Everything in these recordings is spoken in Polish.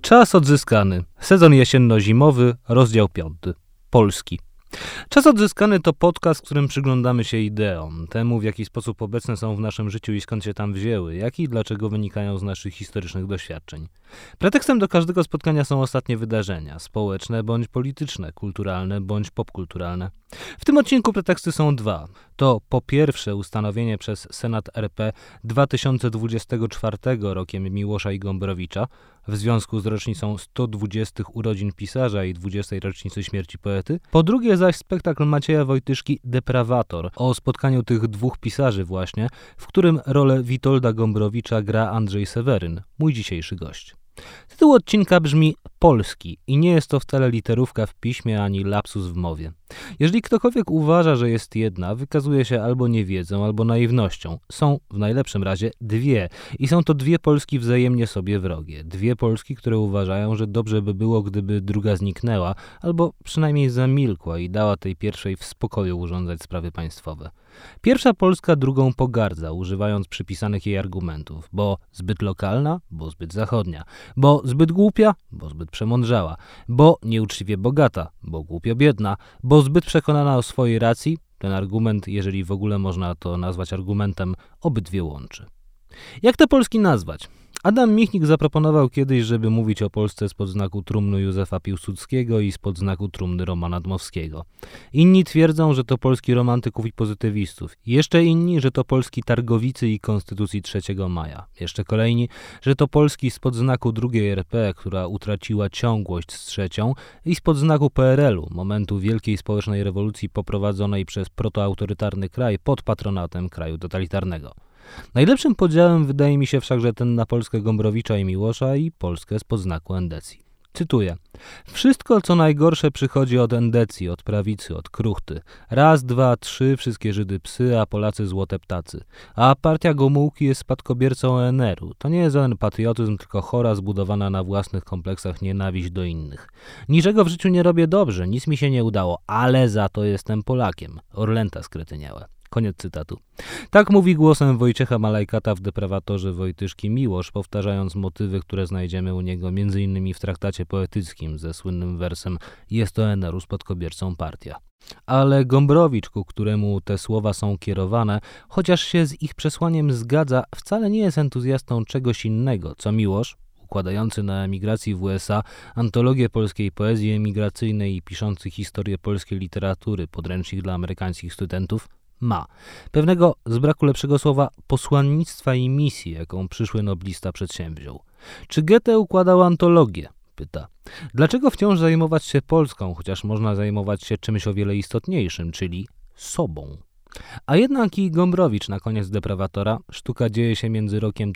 Czas odzyskany. Sezon jesienno-zimowy, rozdział 5. Polski. Czas odzyskany to podcast, w którym przyglądamy się ideom, temu w jaki sposób obecne są w naszym życiu i skąd się tam wzięły, jak i dlaczego wynikają z naszych historycznych doświadczeń. Pretekstem do każdego spotkania są ostatnie wydarzenia, społeczne bądź polityczne, kulturalne bądź popkulturalne. W tym odcinku preteksty są dwa. To po pierwsze ustanowienie przez Senat RP 2024 rokiem Miłosza i Gombrowicza w związku z rocznicą 120 urodzin pisarza i 20. rocznicy śmierci poety. Po drugie zaś spektakl Macieja Wojtyszki Deprawator o spotkaniu tych dwóch pisarzy właśnie, w którym rolę Witolda Gombrowicza gra Andrzej Seweryn, mój dzisiejszy gość. Tytuł odcinka brzmi Polski i nie jest to wcale literówka w piśmie ani lapsus w mowie. Jeżeli ktokolwiek uważa, że jest jedna, wykazuje się albo niewiedzą, albo naiwnością. Są w najlepszym razie dwie i są to dwie Polski wzajemnie sobie wrogie. Dwie Polski, które uważają, że dobrze by było, gdyby druga zniknęła, albo przynajmniej zamilkła i dała tej pierwszej w spokoju urządzać sprawy państwowe. Pierwsza Polska drugą pogardza, używając przypisanych jej argumentów, bo zbyt lokalna, bo zbyt zachodnia, bo zbyt głupia, bo zbyt przemądrzała, bo nieuczciwie bogata, bo głupio biedna, bo zbyt przekonana o swojej racji. Ten argument, jeżeli w ogóle można to nazwać argumentem, obydwie łączy. Jak te Polski nazwać? Adam Michnik zaproponował kiedyś, żeby mówić o Polsce spod znaku trumny Józefa Piłsudskiego i spod znaku trumny Romana Dmowskiego. Inni twierdzą, że to Polski romantyków i pozytywistów. Jeszcze inni, że to Polski Targowicy i Konstytucji 3 maja. Jeszcze kolejni, że to Polski spod znaku II RP, która utraciła ciągłość z trzecią i spod znaku PRL-u, momentu wielkiej społecznej rewolucji poprowadzonej przez protoautorytarny kraj pod patronatem kraju totalitarnego. Najlepszym podziałem wydaje mi się wszakże ten na Polskę Gombrowicza i Miłosza i Polskę spod znaku endecji. Cytuję. Wszystko, co najgorsze przychodzi od endecji, od prawicy, od kruchty. Raz, dwa, trzy, wszystkie Żydy psy, a Polacy złote ptacy. A partia Gomułki jest spadkobiercą ONR-u. To nie jest żaden patriotyzm, tylko chora, zbudowana na własnych kompleksach nienawiść do innych. Niczego w życiu nie robię dobrze, nic mi się nie udało, ale za to jestem Polakiem. Orlęta skretyniałe. Koniec cytatu. Tak mówi głosem Wojciecha Malajkata w Deprawatorze Wojtyszki Miłosz, powtarzając motywy, które znajdziemy u niego m.in. w traktacie poetyckim ze słynnym wersem „Jest to ONR-u spadkobiercą partia”. Ale Gombrowicz, ku któremu te słowa są kierowane, chociaż się z ich przesłaniem zgadza, wcale nie jest entuzjastą czegoś innego, co Miłosz, układający na emigracji w USA antologię polskiej poezji emigracyjnej i piszący historię polskiej literatury, podręcznik dla amerykańskich studentów, ma. Pewnego, z braku lepszego słowa, posłannictwa i misji, jaką przyszły noblista przedsięwziął. Czy Goethe układał antologię? Pyta. Dlaczego wciąż zajmować się Polską, chociaż można zajmować się czymś o wiele istotniejszym, czyli sobą? A jednak i Gombrowicz na koniec Deprawatora, sztuka dzieje się między rokiem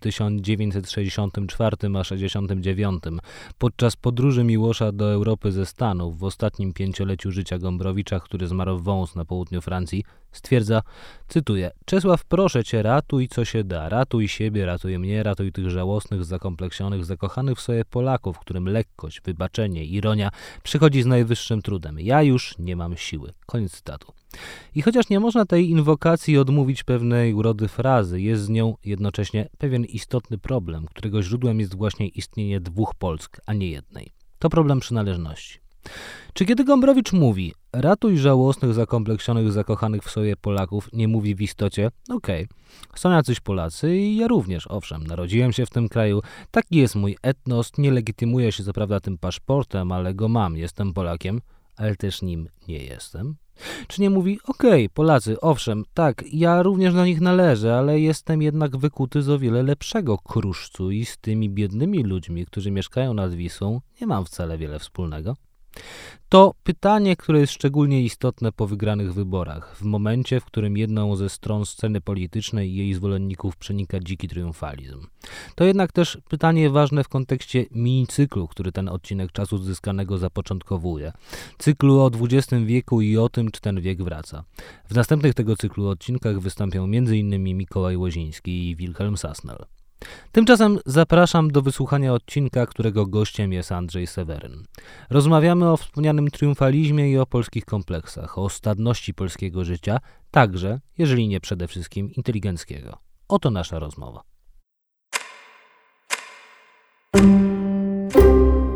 1964 a 1969, podczas podróży Miłosza do Europy ze Stanów w ostatnim 5-leciu życia Gombrowicza, który zmarł w Wąs na południu Francji, stwierdza, cytuję, Czesław, proszę cię, ratuj co się da, ratuj siebie, ratuj mnie, ratuj tych żałosnych, zakompleksionych, zakochanych w sobie Polaków, którym lekkość, wybaczenie, ironia przychodzi z najwyższym trudem. Ja już nie mam siły. Koniec cytatu. I chociaż nie można tej inwokacji odmówić pewnej urody frazy, jest z nią jednocześnie pewien istotny problem, którego źródłem jest właśnie istnienie dwóch Polsk, a nie jednej. To problem przynależności. Czy kiedy Gombrowicz mówi ratuj żałosnych, zakompleksionych, zakochanych w sobie Polaków, nie mówi w istocie okej, są jacyś Polacy i ja również, owszem, narodziłem się w tym kraju, taki jest mój etnos, nie legitymuję się co prawda tym paszportem, ale go mam, jestem Polakiem, ale też nim nie jestem? Czy nie mówi, okej, Polacy, owszem, tak, ja również do nich należę, ale jestem jednak wykuty z o wiele lepszego kruszcu i z tymi biednymi ludźmi, którzy mieszkają nad Wisłą, nie mam wcale wiele wspólnego? To pytanie, które jest szczególnie istotne po wygranych wyborach, w momencie, w którym jedną ze stron sceny politycznej i jej zwolenników przenika dziki triumfalizm. To jednak też pytanie ważne w kontekście minicyklu, który ten odcinek Czasu Odzyskanego zapoczątkowuje. Cyklu o XX wieku i o tym, czy ten wiek wraca. W następnych tego cyklu odcinkach wystąpią m.in. Mikołaj Łoziński i Wilhelm Sassnel. Tymczasem zapraszam do wysłuchania odcinka, którego gościem jest Andrzej Seweryn. Rozmawiamy o wspomnianym triumfalizmie i o polskich kompleksach, o stadności polskiego życia, także, jeżeli nie przede wszystkim, inteligenckiego. Oto nasza rozmowa.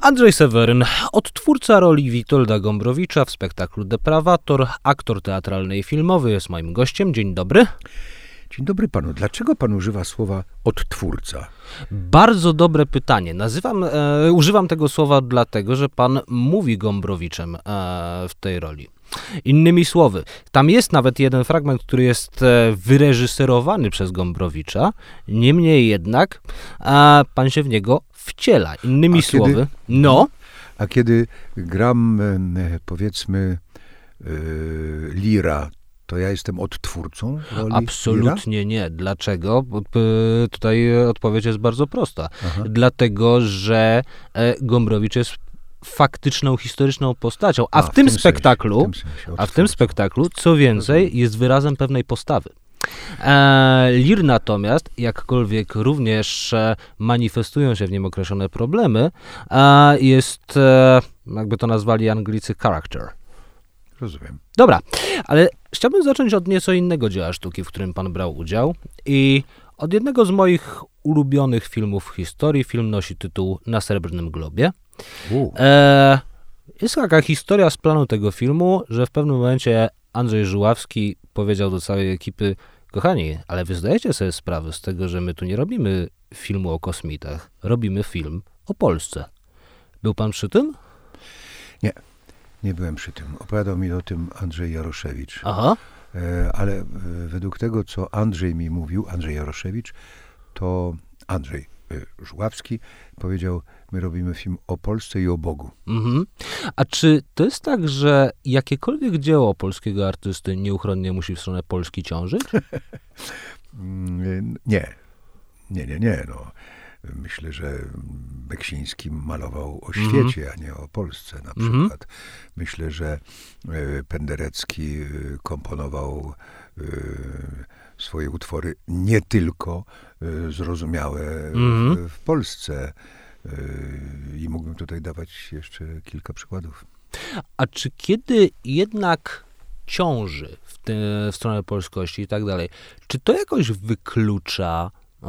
Andrzej Seweryn, odtwórca roli Witolda Gombrowicza w spektaklu Deprawator, aktor teatralny i filmowy, jest moim gościem. Dzień dobry. Dzień dobry panu. Dlaczego pan używa słowa odtwórca? Bardzo dobre pytanie. Używam tego słowa dlatego, że pan mówi Gombrowiczem w tej roli. Innymi słowy, tam jest nawet jeden fragment, który jest wyreżyserowany przez Gombrowicza, niemniej jednak pan się w niego wciela. Innymi słowy, A kiedy gram, powiedzmy, Lira, to ja jestem odtwórcą roli Absolutnie Lira? nie. Dlaczego? Tutaj odpowiedź jest bardzo prosta. Dlatego, że Gombrowicz jest faktyczną, historyczną postacią, a w tym spektaklu, co więcej, jest wyrazem pewnej postawy. Lir natomiast, jakkolwiek również manifestują się w nim określone problemy, jest, jakby to nazwali Anglicy, character. Rozumiem. Dobra, ale chciałbym zacząć od nieco innego dzieła sztuki, w którym pan brał udział i od jednego z moich ulubionych filmów w historii. Film nosi tytuł Na Srebrnym Globie. Jest taka historia z planu tego filmu, że w pewnym momencie Andrzej Żuławski powiedział do całej ekipy: kochani, ale wy zdajecie sobie sprawę z tego, że my tu nie robimy filmu o kosmitach, robimy film o Polsce. Był pan przy tym? Nie byłem przy tym. Opowiadał mi o tym Andrzej Jaroszewicz. Aha. Ale według tego, co Andrzej mi mówił, Andrzej Jaroszewicz, to Andrzej Żuławski powiedział: my robimy film o Polsce i o Bogu. Mhm. A czy to jest tak, że jakiekolwiek dzieło polskiego artysty nieuchronnie musi w stronę Polski ciążyć? Nie. No. Myślę, że Beksiński malował o świecie, a nie o Polsce na przykład. Myślę, że Penderecki komponował swoje utwory nie tylko zrozumiałe w Polsce. I mógłbym tutaj dawać jeszcze kilka przykładów. A czy kiedy jednak ciąży w stronę polskości i tak dalej, czy to jakoś wyklucza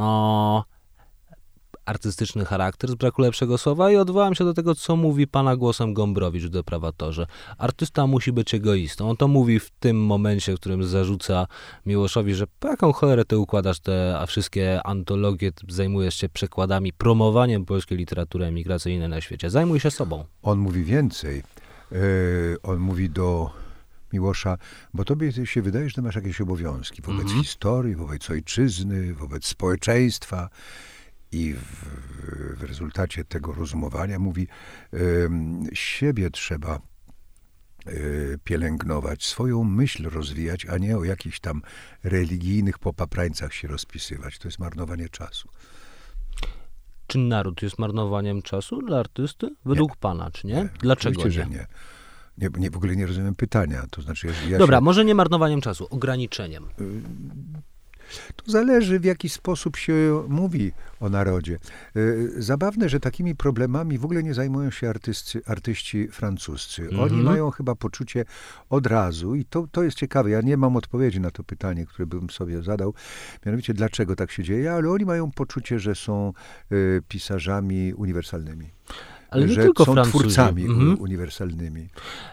artystyczny charakter, z braku lepszego słowa? I odwołam się do tego, co mówi pana głosem Gombrowicz w Deprawatorze. Artysta musi być egoistą. On to mówi w tym momencie, w którym zarzuca Miłoszowi, że po jaką cholerę ty układasz te wszystkie antologie, zajmujesz się przekładami, promowaniem polskiej literatury emigracyjnej na świecie. Zajmuj się sobą. On mówi więcej. On mówi do Miłosza: bo tobie się wydaje, że ty masz jakieś obowiązki wobec historii, wobec ojczyzny, wobec społeczeństwa. I w rezultacie tego rozumowania mówi: siebie trzeba pielęgnować, swoją myśl rozwijać, a nie o jakichś tam religijnych popaprańcach się rozpisywać. To jest marnowanie czasu. Czy naród jest marnowaniem czasu dla artysty? Według pana, czy nie? Dlaczego oczywiście, że nie? W ogóle nie rozumiem pytania. To znaczy, Dobra, może nie marnowaniem czasu, ograniczeniem. To zależy, w jaki sposób się mówi o narodzie. Zabawne, że takimi problemami w ogóle nie zajmują się artyści francuscy. Oni mają chyba poczucie od razu, i to jest ciekawe. Ja nie mam odpowiedzi na to pytanie, które bym sobie zadał. Mianowicie, dlaczego tak się dzieje, ale oni mają poczucie, że są pisarzami uniwersalnymi. Ale nie że tylko są Francuzi. twórcami uniwersalnymi.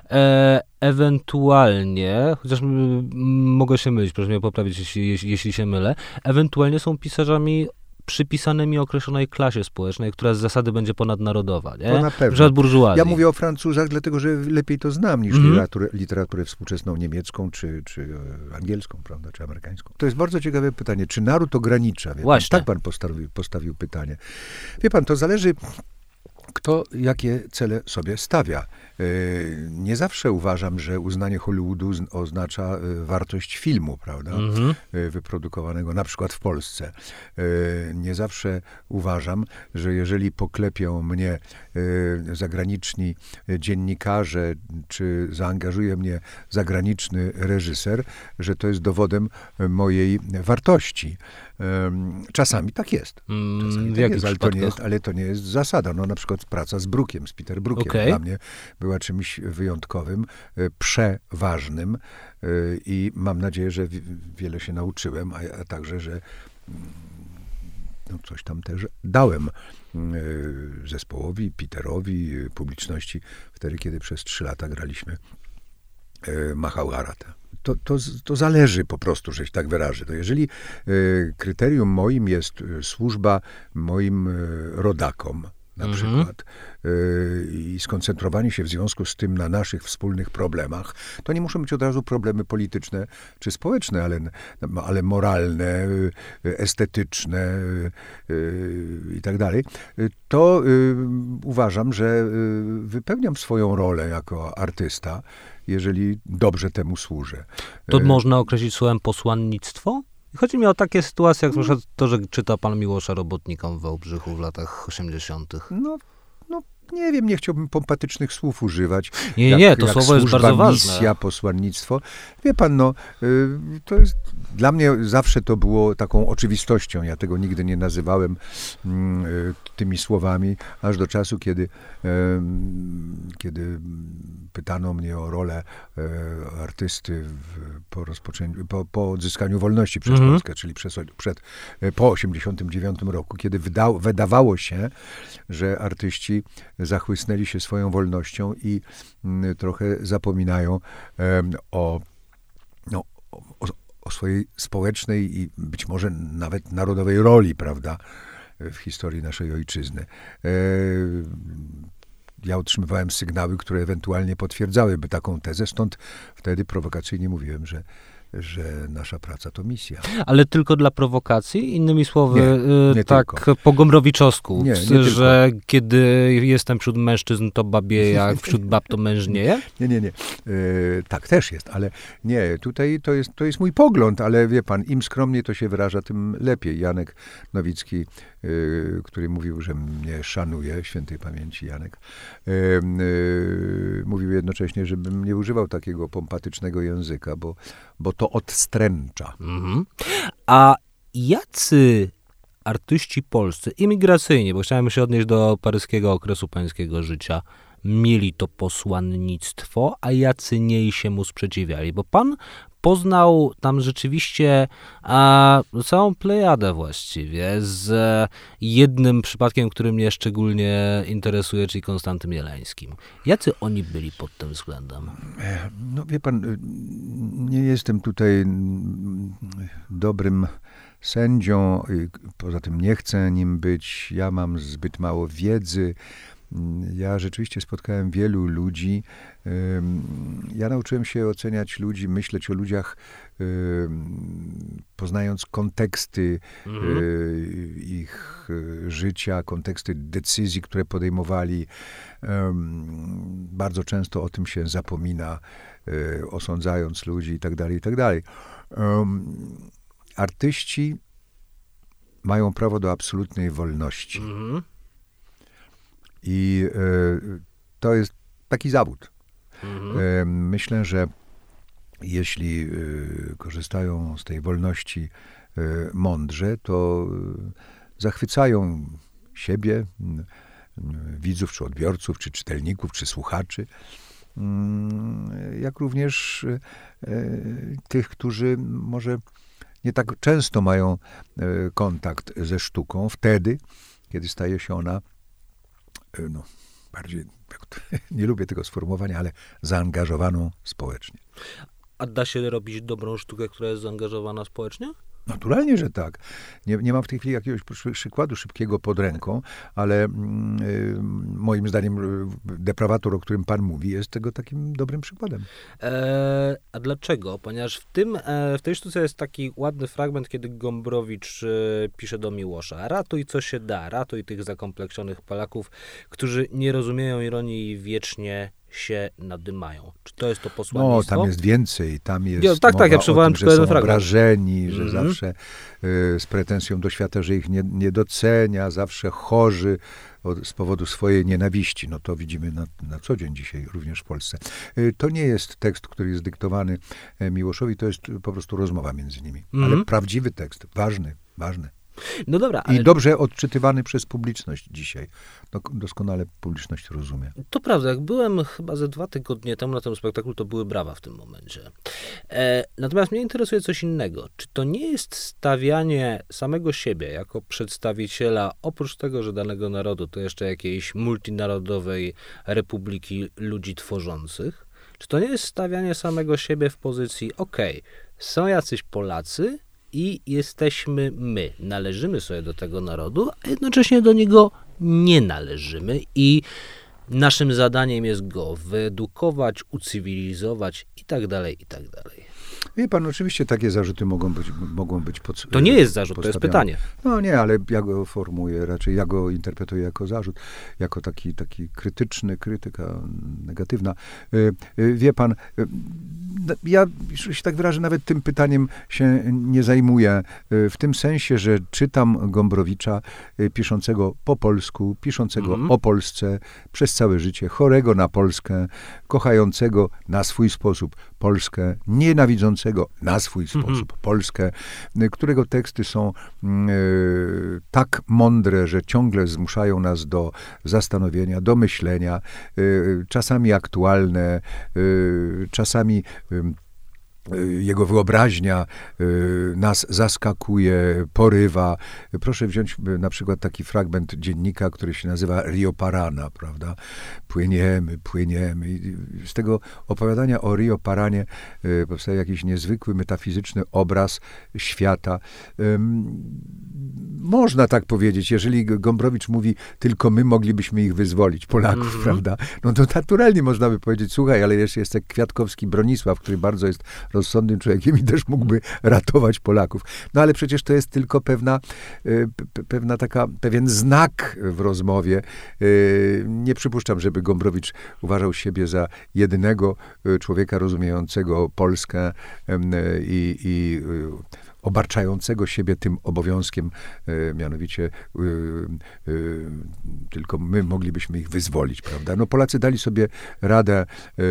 Ewentualnie, chociaż mogę się mylić, proszę mnie poprawić, jeśli się mylę, ewentualnie są pisarzami przypisanymi określonej klasie społecznej, która z zasady będzie ponadnarodowa, nie? To na pewno. Przykład burżuazji. Ja mówię o Francuzach, dlatego że lepiej to znam niż literaturę współczesną niemiecką, czy angielską, prawda, czy amerykańską. To jest bardzo ciekawe pytanie. Czy naród ogranicza? Właśnie. Tak pan postawił pytanie. Wie pan, to zależy, kto jakie cele sobie stawia. Nie zawsze uważam, że uznanie Hollywoodu oznacza wartość filmu, prawda? Wyprodukowanego na przykład w Polsce. Nie zawsze uważam, że jeżeli poklepią mnie zagraniczni dziennikarze, czy zaangażuje mnie zagraniczny reżyser, że to jest dowodem mojej wartości. Czasami tak jest. Ale to nie jest zasada. No, na przykład praca z Brookiem, z Peter Brookiem dla mnie była czymś wyjątkowym, przeważnym i mam nadzieję, że wiele się nauczyłem, a także, że no coś tam też dałem zespołowi, Peterowi, publiczności, wtedy, kiedy przez 3 lata graliśmy Mahabharatę. To zależy po prostu, że się tak wyrażę. To jeżeli kryterium moim jest służba moim rodakom, na przykład, i skoncentrowanie się w związku z tym na naszych wspólnych problemach, to nie muszą być od razu problemy polityczne czy społeczne, ale moralne, estetyczne i tak dalej, to uważam, że wypełniam swoją rolę jako artysta, jeżeli dobrze temu służę. To można określić słowem posłannictwo? Chodzi mi o takie sytuacje, jak na przykład to, że czyta pan Miłosza Robotnikom w Wałbrzychu w latach 80. No, nie wiem, nie chciałbym pompatycznych słów używać. Nie, to słowo jest bardzo ważne. Misja, posłannictwo. Wie pan, to jest, dla mnie zawsze to było taką oczywistością. Ja tego nigdy nie nazywałem tymi słowami, aż do czasu, kiedy pytano mnie o rolę artysty po odzyskaniu wolności przez Polskę, czyli po 89 roku, kiedy wydawało się, że artyści zachłysnęli się swoją wolnością i trochę zapominają o swojej społecznej i być może nawet narodowej roli, prawda, w historii naszej ojczyzny. Ja otrzymywałem sygnały, które ewentualnie potwierdzałyby taką tezę, stąd wtedy prowokacyjnie mówiłem, że nasza praca to misja. Ale tylko dla prowokacji? Innymi słowy, nie tak tylko. po gombrowiczosku, Nie że tylko. kiedy jestem wśród mężczyzn, to babieje, jak wśród bab to mężnieje? Nie. Tak też jest, ale nie, tutaj to jest mój pogląd, ale wie pan, im skromniej to się wyraża, tym lepiej. Janek Nowicki, który mówił, że mnie szanuje, świętej pamięci Janek, mówił jednocześnie, żebym nie używał takiego pompatycznego języka, bo to odstręcza. A jacy artyści polscy, imigracyjni, bo chciałem się odnieść do paryskiego okresu pańskiego życia, mieli to posłannictwo, a jacy nie się mu sprzeciwiali? Bo pan poznał tam rzeczywiście całą plejadę właściwie, z jednym przypadkiem, który mnie szczególnie interesuje, czyli Konstantym Jeleńskim. Jacy oni byli pod tym względem? No wie pan, nie jestem tutaj dobrym sędzią, poza tym nie chcę nim być, ja mam zbyt mało wiedzy. Ja rzeczywiście spotkałem wielu ludzi. Ja nauczyłem się oceniać ludzi, myśleć o ludziach, poznając konteksty ich życia, konteksty decyzji, które podejmowali. Bardzo często o tym się zapomina, osądzając ludzi i tak dalej, i tak dalej. Artyści mają prawo do absolutnej wolności. I to jest taki zawód. Myślę, że jeśli korzystają z tej wolności mądrze, to zachwycają siebie, widzów, czy odbiorców, czy czytelników, czy słuchaczy, jak również tych, którzy może nie tak często mają kontakt ze sztuką, wtedy, kiedy staje się ona bardziej, nie lubię tego sformułowania, ale zaangażowaną społecznie. A da się robić dobrą sztukę, która jest zaangażowana społecznie? Naturalnie, że tak. Nie mam w tej chwili jakiegoś przykładu szybkiego pod ręką, ale moim zdaniem Deprawator, o którym pan mówi, jest tego takim dobrym przykładem. A dlaczego? Ponieważ w tej sztuce jest taki ładny fragment, kiedy Gombrowicz pisze do Miłosza: ratuj co się da, ratuj tych zakompleksionych Polaków, którzy nie rozumieją ironii i wiecznie się nadymają. Czy to jest to posłannictwo? No, tam jest więcej. Tam jest ja przywołałem że są fragment. obrażeni, że zawsze z pretensją do świata, że ich nie docenia, zawsze chorzy z powodu swojej nienawiści. No to widzimy na co dzień dzisiaj, również w Polsce. To nie jest tekst, który jest dyktowany Miłoszowi, to jest po prostu rozmowa między nimi. Ale prawdziwy tekst, ważny. No dobra, ale... I dobrze odczytywany przez publiczność dzisiaj. Doskonale publiczność rozumie. To prawda, jak byłem chyba ze 2 tygodnie temu na tym spektaklu, to były brawa w tym momencie. Natomiast mnie interesuje coś innego. Czy to nie jest stawianie samego siebie jako przedstawiciela, oprócz tego, że danego narodu, to jeszcze jakiejś multinarodowej republiki ludzi tworzących? Czy to nie jest stawianie samego siebie w pozycji, są jacyś Polacy i jesteśmy my, należymy sobie do tego narodu, a jednocześnie do niego nie należymy i naszym zadaniem jest go wyedukować, ucywilizować i tak dalej, i tak dalej. Wie pan, oczywiście takie zarzuty mogą być To nie jest zarzut, to jest pytanie. No nie, ale ja go formułuję, raczej ja go interpretuję jako zarzut, jako taki krytyka negatywna. Wie pan, ja się tak wyrażę, nawet tym pytaniem się nie zajmuję, w tym sensie, że czytam Gombrowicza piszącego po polsku, piszącego o Polsce przez całe życie, chorego na Polskę, kochającego na swój sposób Polskę, nienawidzącego na swój sposób Polskę, którego teksty są tak mądre, że ciągle zmuszają nas do zastanowienia, do myślenia, czasami aktualne, czasami jego wyobraźnia nas zaskakuje, porywa. Proszę wziąć na przykład taki fragment dziennika, który się nazywa Rio Parana, prawda? Płyniemy. I z tego opowiadania o Rio Paranie powstaje jakiś niezwykły, metafizyczny obraz świata. Można tak powiedzieć, jeżeli Gombrowicz mówi, tylko my moglibyśmy ich wyzwolić, Polaków, prawda? No to naturalnie można by powiedzieć, słuchaj, ale jeszcze jest Kwiatkowski Bronisław, który bardzo jest rozsądnym człowiekiem i też mógłby ratować Polaków. No ale przecież to jest tylko pewien znak w rozmowie. Nie przypuszczam, żeby Gombrowicz uważał siebie za jedynego człowieka rozumiejącego Polskę i obarczającego siebie tym obowiązkiem, mianowicie tylko my moglibyśmy ich wyzwolić, prawda? No Polacy dali sobie radę,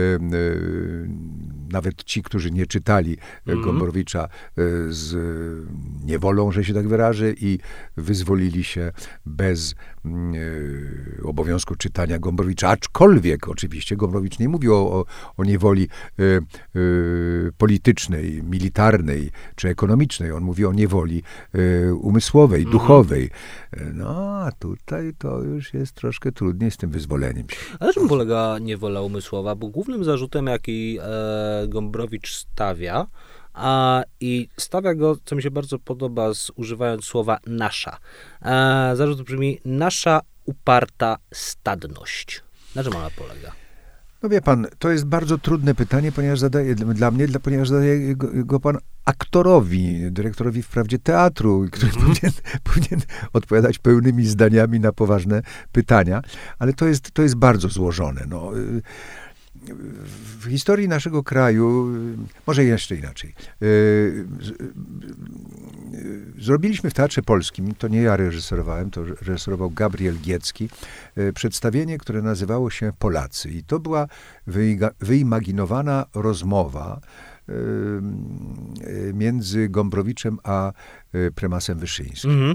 nawet ci, którzy nie czytali Gombrowicza, z niewolą, że się tak wyrażę, i wyzwolili się bez obowiązku czytania Gombrowicza, aczkolwiek oczywiście Gombrowicz nie mówił o niewoli politycznej, militarnej czy ekonomicznej. On mówi o niewoli umysłowej, duchowej. No, a tutaj to już jest troszkę trudniej z tym wyzwoleniem się. A na czym polega niewola umysłowa? Bo głównym zarzutem, jaki Gombrowicz stawia, i stawia go, co mi się bardzo podoba, używając słowa nasza. Zarzut brzmi nasza uparta stadność. Na czym ona polega? No wie pan, to jest bardzo trudne pytanie, ponieważ ponieważ zadaje go pan aktorowi, dyrektorowi wprawdzie teatru, który powinien odpowiadać pełnymi zdaniami na poważne pytania, ale to jest bardzo złożone. No. W historii naszego kraju, może jeszcze inaczej, zrobiliśmy w Teatrze Polskim, to nie ja reżyserowałem, to reżyserował Gabriel Giecki, przedstawienie, które nazywało się Polacy. I to była wyimaginowana rozmowa między Gombrowiczem a prymasem Wyszyńskim.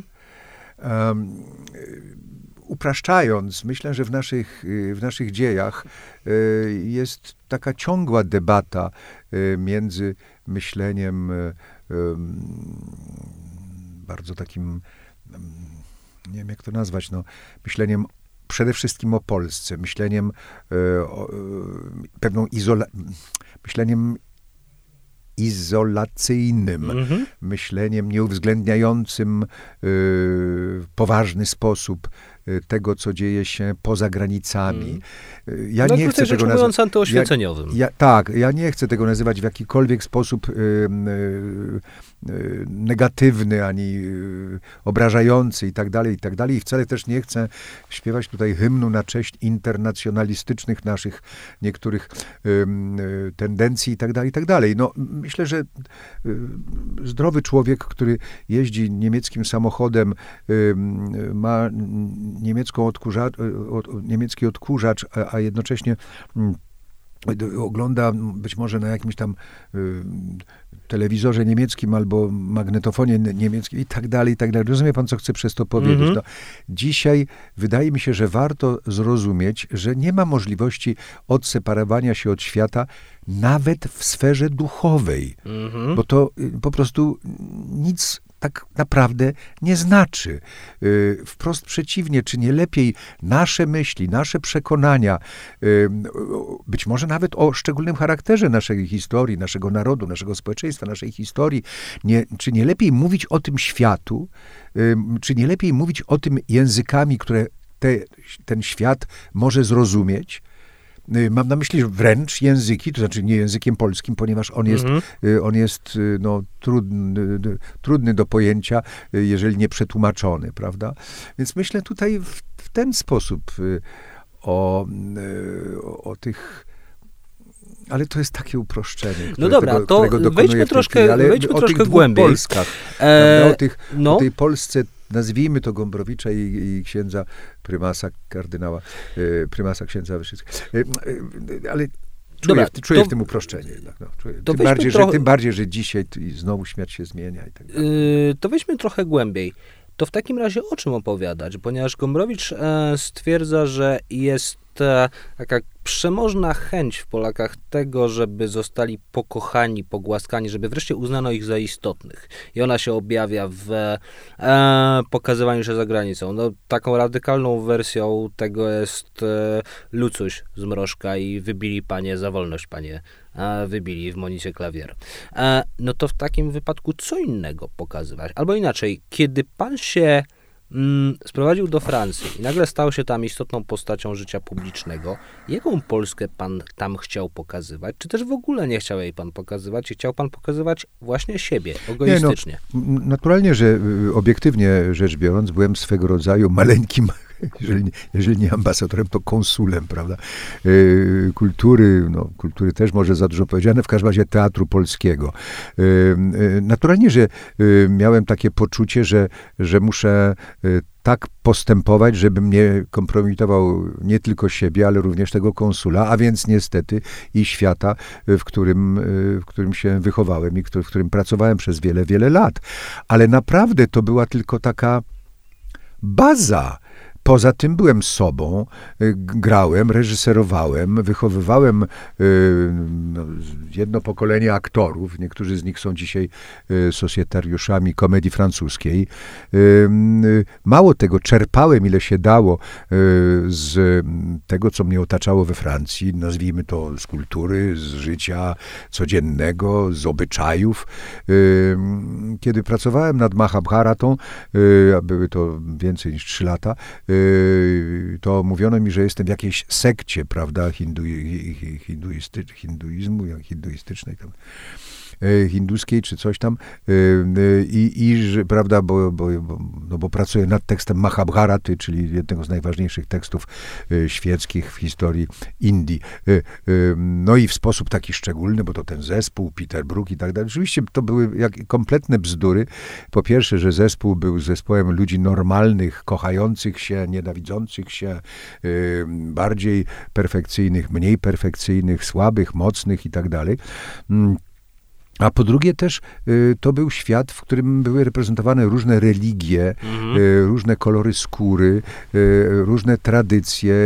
Upraszczając, myślę, że w naszych dziejach jest taka ciągła debata między myśleniem bardzo takim, nie wiem jak to nazwać, no, myśleniem przede wszystkim o Polsce, myśleniem myśleniem izolacyjnym, myśleniem nieuwzględniającym w poważny sposób tego, co dzieje się poza granicami. Ja nie chcę tego nazywać antyoświeceniowym. Ja nie chcę tego nazywać w jakikolwiek sposób negatywny, ani obrażający i tak dalej. I wcale też nie chcę śpiewać tutaj hymnu na cześć internacjonalistycznych naszych niektórych tendencji i tak dalej. No, myślę, że zdrowy człowiek, który jeździ niemieckim samochodem, ma niemiecki odkurzacz, a jednocześnie ogląda być może na jakimś tam telewizorze niemieckim albo magnetofonie niemieckim i tak dalej, i tak dalej. Rozumie pan, co chcę przez to powiedzieć? No, dzisiaj wydaje mi się, że warto zrozumieć, że nie ma możliwości odseparowania się od świata nawet w sferze duchowej, bo to po prostu nic tak naprawdę nie znaczy. Wprost przeciwnie, czy nie lepiej nasze myśli, nasze przekonania, być może nawet o szczególnym charakterze naszej historii, naszego narodu, naszego społeczeństwa, naszej historii, czy nie lepiej mówić o tym światu, czy nie lepiej mówić o tym językami, które ten świat może zrozumieć. Mam na myśli wręcz języki, to znaczy nie językiem polskim, ponieważ on jest trudny do pojęcia, jeżeli nie przetłumaczony, prawda? Więc myślę tutaj w ten sposób o tych. Ale to jest takie uproszczenie, którego wejdźmy troszkę głębiej. Polskach, o tej Polsce, nazwijmy to Gombrowicza i księdza prymasa, kardynała, prymasa księdza Wyszyckiego. Ale czuję w tym uproszczenie. Tym bardziej, że dzisiaj znowu świat się zmienia i tak dalej. To weźmy trochę głębiej. To w takim razie o czym opowiadać? Ponieważ Gombrowicz stwierdza, że jest taka przemożna chęć w Polakach tego, żeby zostali pokochani, pogłaskani, żeby wreszcie uznano ich za istotnych. I ona się objawia w pokazywaniu się za granicą. No, taką radykalną wersją tego jest Lucuś z Mrożka i wybili panie za wolność, panie wybili w Monicie klawier. No to w takim wypadku co innego pokazywać? Albo inaczej, kiedy pan się sprowadził do Francji i nagle stał się tam istotną postacią życia publicznego, jaką Polskę pan tam chciał pokazywać? Czy też w ogóle nie chciał jej pan pokazywać i chciał pan pokazywać właśnie siebie, egoistycznie? Naturalnie, że obiektywnie rzecz biorąc, byłem swego rodzaju maleńkim, jeżeli nie ambasadorem, to konsulem, prawda? Kultury też może za dużo powiedziane, w każdym razie teatru polskiego. Naturalnie, że miałem takie poczucie, że muszę tak postępować, żebym nie kompromitował nie tylko siebie, ale również tego konsula, a więc niestety i świata, w którym się wychowałem i w którym pracowałem przez wiele, wiele lat. Ale naprawdę to była tylko taka baza. Poza tym byłem sobą, grałem, reżyserowałem, wychowywałem jedno pokolenie aktorów. Niektórzy z nich są dzisiaj socjetariuszami komedii francuskiej. Mało tego, czerpałem ile się dało z tego, co mnie otaczało we Francji. Nazwijmy to z kultury, z życia codziennego, z obyczajów. Kiedy pracowałem nad Mahabharatą, a były to więcej niż 3 lata, to mówiono mi, że jestem w jakiejś sekcie, prawda, hinduistycznej, hinduskiej, czy coś tam, że, prawda, bo pracuję nad tekstem Mahabharaty, czyli jednego z najważniejszych tekstów świeckich w historii Indii. No i w sposób taki szczególny, bo to ten zespół, Peter Brook i tak dalej. Oczywiście to były kompletne bzdury. Po pierwsze, że zespół był zespołem ludzi normalnych, kochających się, nienawidzących się, bardziej perfekcyjnych, mniej perfekcyjnych, słabych, mocnych i tak dalej. A po drugie też to był świat, w którym były reprezentowane różne religie, różne kolory skóry, różne tradycje,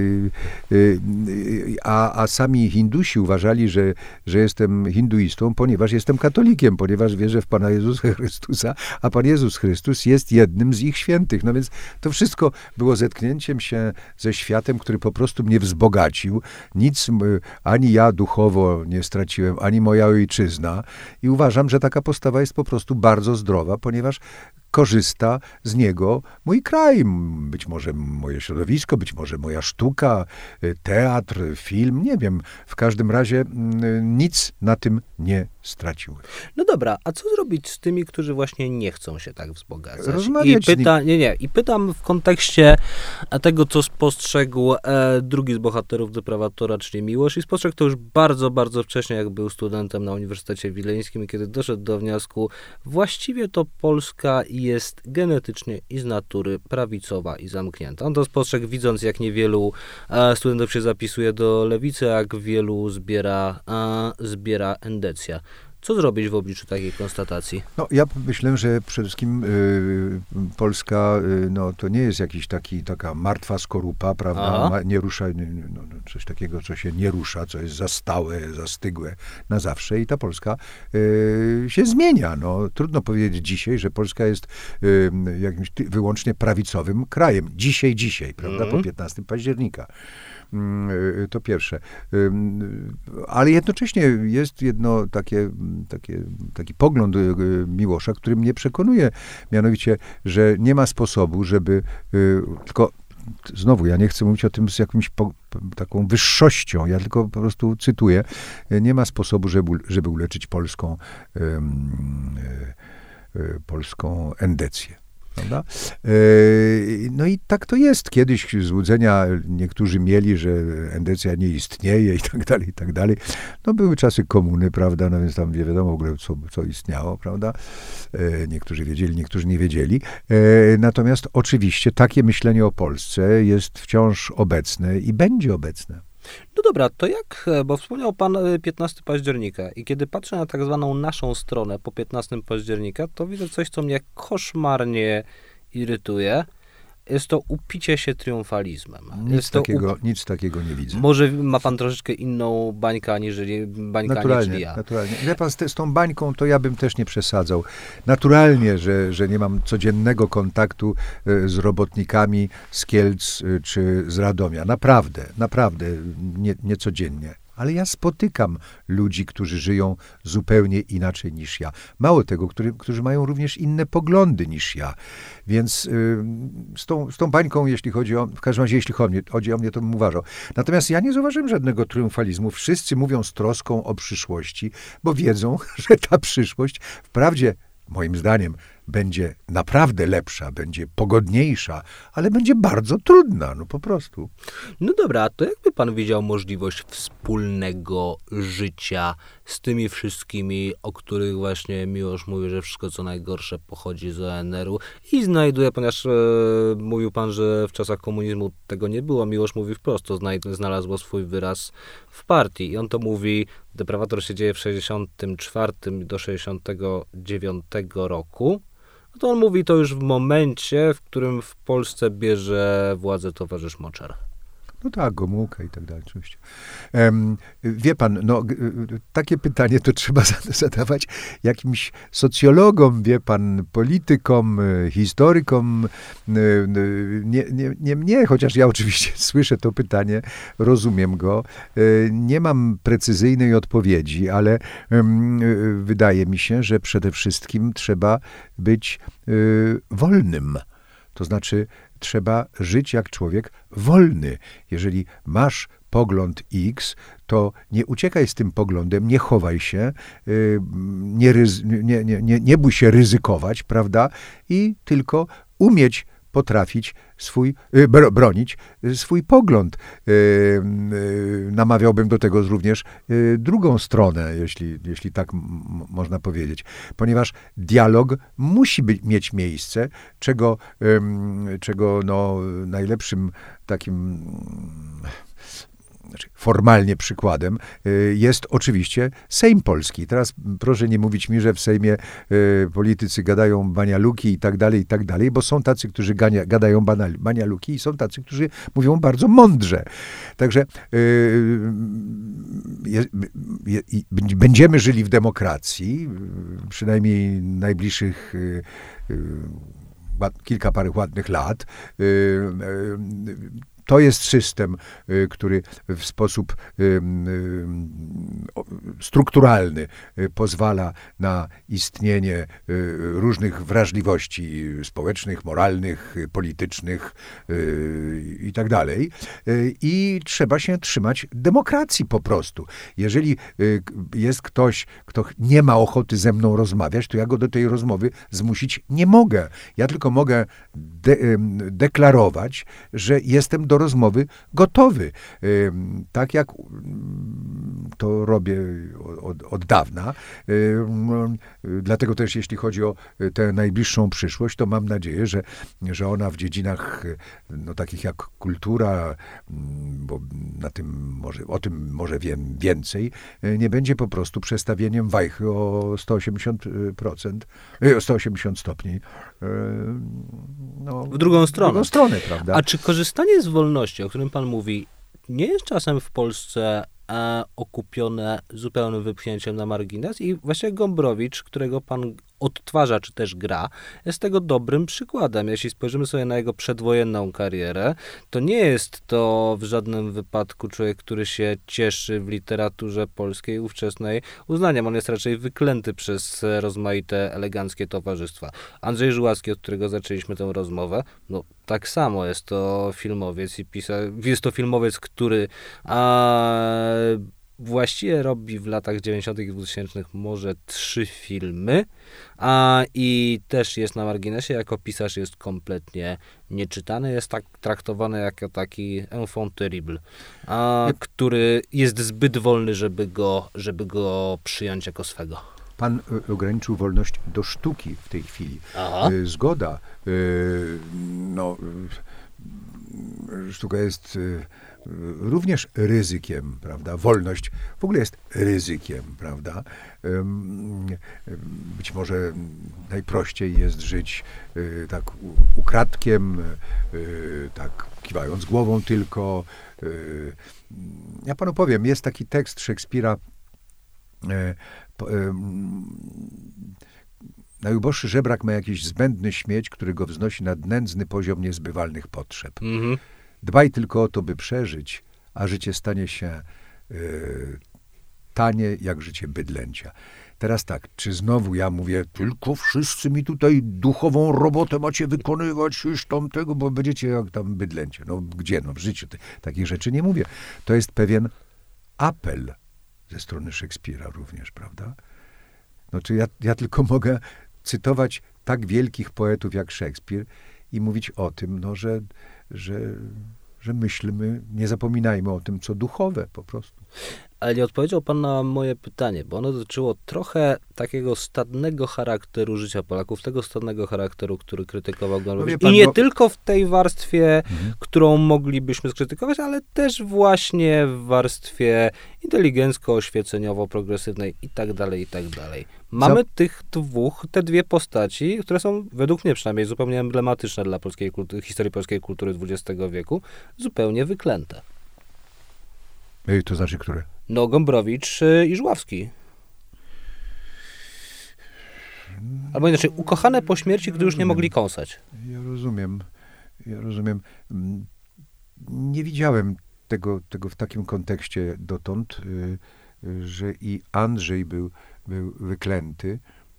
a sami Hindusi uważali, że jestem hinduistą, ponieważ jestem katolikiem, ponieważ wierzę w Pana Jezusa Chrystusa, a Pan Jezus Chrystus jest jednym z ich świętych. No więc to wszystko było zetknięciem się ze światem, który po prostu mnie wzbogacił. Nic, ani ja duchowo nie straciłem, ani moja ojczyzna. I uważam, że taka postawa jest po prostu bardzo zdrowa, ponieważ korzysta z niego mój kraj, być może moje środowisko, być może moja sztuka, teatr, film, nie wiem. W każdym razie nic na tym nie straciły. No dobra, a co zrobić z tymi, którzy właśnie nie chcą się tak wzbogacać? Rozmawiać I pytam w kontekście tego, co spostrzegł drugi z bohaterów Deprywatora, czyli Miłosz, i spostrzegł to już bardzo, bardzo wcześnie, jak był studentem na Uniwersytecie Wileńskim, i kiedy doszedł do wniosku, właściwie to Polska jest genetycznie i z natury prawicowa i zamknięta. On to spostrzegł, widząc, jak niewielu studentów się zapisuje do lewicy, a jak wielu zbiera endecja. Co zrobić w obliczu takiej konstatacji? No, ja myślę, że przede wszystkim Polska to nie jest taka martwa skorupa, prawda? Nie rusza, coś takiego, co się nie rusza, co jest zastałe, zastygłe na zawsze, i ta Polska się zmienia. No, trudno powiedzieć dzisiaj, że Polska jest jakimś wyłącznie prawicowym krajem. Dzisiaj, prawda? Po 15 października. To pierwsze. Ale jednocześnie jest jedno taki pogląd Miłosza, który mnie przekonuje, mianowicie, że nie ma sposobu, żeby tylko znowu, ja nie chcę mówić o tym z jakimś taką wyższością, ja tylko po prostu cytuję, nie ma sposobu, żeby uleczyć polską endecję. Prawda? No i tak to jest. Kiedyś złudzenia niektórzy mieli, że endecja nie istnieje i tak dalej. No były czasy komuny, prawda, no więc tam nie wiadomo w ogóle, co istniało, prawda. Niektórzy wiedzieli, niektórzy nie wiedzieli. Natomiast oczywiście takie myślenie o Polsce jest wciąż obecne i będzie obecne. No dobra, to jak, bo wspomniał pan 15 października i kiedy patrzę na tak zwaną naszą stronę po 15 października, to widzę coś, co mnie koszmarnie irytuje. Jest to upicie się triumfalizmem. Nic takiego nie widzę. Może ma pan troszeczkę inną bańkę aniżeli ja. Naturalnie. Wie pan, z tą bańką to ja bym też nie przesadzał. Naturalnie, że nie mam codziennego kontaktu z robotnikami z Kielc czy z Radomia. Naprawdę, nie codziennie. Ale ja spotykam ludzi, którzy żyją zupełnie inaczej niż ja. Mało tego, którzy mają również inne poglądy niż ja. Więc z tą bańką, w każdym razie jeśli chodzi o mnie, to bym uważał. Natomiast ja nie zauważyłem żadnego triumfalizmu. Wszyscy mówią z troską o przyszłości, bo wiedzą, że ta przyszłość wprawdzie, moim zdaniem, będzie naprawdę lepsza, będzie pogodniejsza, ale będzie bardzo trudna, no po prostu. No dobra, to jakby pan widział możliwość wspólnego życia z tymi wszystkimi, o których właśnie Miłosz mówi, że wszystko co najgorsze pochodzi z ONR-u i znajduje, ponieważ mówił pan, że w czasach komunizmu tego nie było, Miłosz mówi wprost, to znalazło swój wyraz w partii i on to mówi, Deprywator się dzieje w 64 do 69 roku. No to on mówi to już w momencie, w którym w Polsce bierze władzę towarzysz Moczar. No tak, Gomułka i tak dalej, oczywiście. Wie pan, takie pytanie to trzeba zadawać jakimś socjologom, wie pan, politykom, historykom. Nie mnie, chociaż ja oczywiście słyszę to pytanie, rozumiem go. Nie mam precyzyjnej odpowiedzi, ale wydaje mi się, że przede wszystkim trzeba być wolnym. To znaczy, trzeba żyć jak człowiek wolny. Jeżeli masz pogląd X, to nie uciekaj z tym poglądem, nie chowaj się, nie bój się ryzykować, prawda? I tylko potrafić bronić swój pogląd. Namawiałbym do tego również drugą stronę, jeśli tak można powiedzieć. Ponieważ dialog musi mieć miejsce, czego najlepszym takim formalnie przykładem jest oczywiście Sejm Polski. Teraz proszę nie mówić mi, że w Sejmie politycy gadają banialuki i tak dalej, bo są tacy, którzy gadają banialuki i są tacy, którzy mówią bardzo mądrze. Także będziemy żyli w demokracji, przynajmniej najbliższych kilka parę ładnych lat. to jest system, który w sposób strukturalny pozwala na istnienie różnych wrażliwości społecznych, moralnych, politycznych i tak dalej. I trzeba się trzymać demokracji po prostu. Jeżeli jest ktoś, kto nie ma ochoty ze mną rozmawiać, to ja go do tej rozmowy zmusić nie mogę. Ja tylko mogę deklarować, że jestem do rozmowy gotowy. Tak jak to robię od dawna. Dlatego też, jeśli chodzi o tę najbliższą przyszłość, to mam nadzieję, że ona w dziedzinach takich jak kultura, bo o tym może wiem więcej, nie będzie po prostu przestawieniem wajchy o 180%, 180 stopni. W drugą stronę. W drugą stronę, prawda? A czy korzystanie z wolności, o którym pan mówi, nie jest czasem w Polsce okupione zupełnym wypchnięciem na margines? I właśnie Gombrowicz, którego pan odtwarza, czy też gra, jest tego dobrym przykładem. Jeśli spojrzymy sobie na jego przedwojenną karierę, to nie jest to w żadnym wypadku człowiek, który się cieszy w literaturze polskiej ówczesnej uznaniem. On jest raczej wyklęty przez rozmaite eleganckie towarzystwa. Andrzej Żuławski, od którego zaczęliśmy tę rozmowę, tak samo jest to filmowiec i jest to filmowiec, który właściwie robi w latach 90. i 2000 może 3 filmy, i też jest na marginesie, jako pisarz jest kompletnie nieczytany, jest tak traktowany jako taki enfant terrible, który jest zbyt wolny, żeby go przyjąć jako swego. Pan ograniczył wolność do sztuki w tej chwili. Aha. Zgoda. Sztuka jest również ryzykiem, prawda? Wolność w ogóle jest ryzykiem, prawda? Być może najprościej jest żyć tak ukradkiem, tak kiwając głową tylko. Ja panu powiem, jest taki tekst Szekspira, najuboższy żebrak ma jakiś zbędny śmieć, który go wznosi na nędzny poziom niezbywalnych potrzeb. Mhm. Dbaj tylko o to, by przeżyć, a życie stanie się tanie jak życie bydlęcia. Teraz tak, czy znowu ja mówię, tylko wszyscy mi tutaj duchową robotę macie wykonywać już tamtego, bo będziecie jak tam bydlęcie. Gdzie? W życiu takich rzeczy nie mówię. To jest pewien apel ze strony Szekspira również, prawda? Czy ja tylko mogę cytować tak wielkich poetów jak Szekspir i mówić o tym, że myślmy, nie zapominajmy o tym, co duchowe po prostu. Ale nie odpowiedział pan na moje pytanie, bo ono dotyczyło trochę takiego stadnego charakteru życia Polaków, tego stadnego charakteru, który krytykował Gombrowicz. I nie tylko w tej warstwie, którą moglibyśmy skrytykować, ale też właśnie w warstwie inteligencko-oświeceniowo-progresywnej i tak dalej, i tak dalej. Mamy te dwie postaci, które są według mnie przynajmniej zupełnie emblematyczne dla historii polskiej kultury XX wieku, zupełnie wyklęte. To znaczy, które? Gombrowicz i Żuławski. Albo inaczej, ukochane po śmierci, gdy już nie mogli kąsać. Ja rozumiem. Nie widziałem tego w takim kontekście dotąd, że i Andrzej był wyklęty.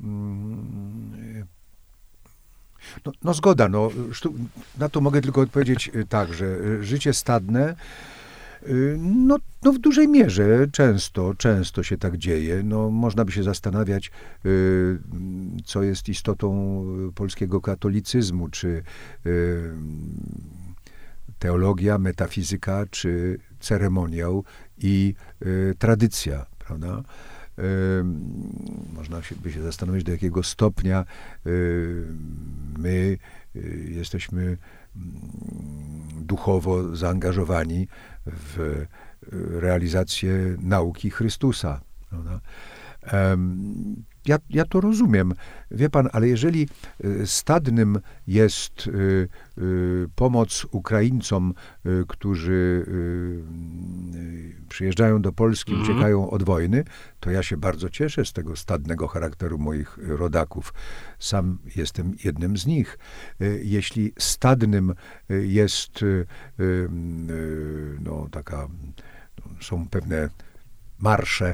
Zgoda. Na to mogę tylko odpowiedzieć tak, że życie stadne w dużej mierze często się tak dzieje. Można by się zastanawiać, co jest istotą polskiego katolicyzmu, czy teologia, metafizyka, czy ceremoniał i tradycja, prawda? Można by się zastanowić, do jakiego stopnia my jesteśmy duchowo zaangażowani w realizację nauki Chrystusa. Prawda? ja to rozumiem. Wie pan, ale jeżeli stadnym jest pomoc Ukraińcom, którzy przyjeżdżają do Polski, uciekają od wojny, to ja się bardzo cieszę z tego stadnego charakteru moich rodaków. Sam jestem jednym z nich. Jeśli stadnym jest są pewne marsze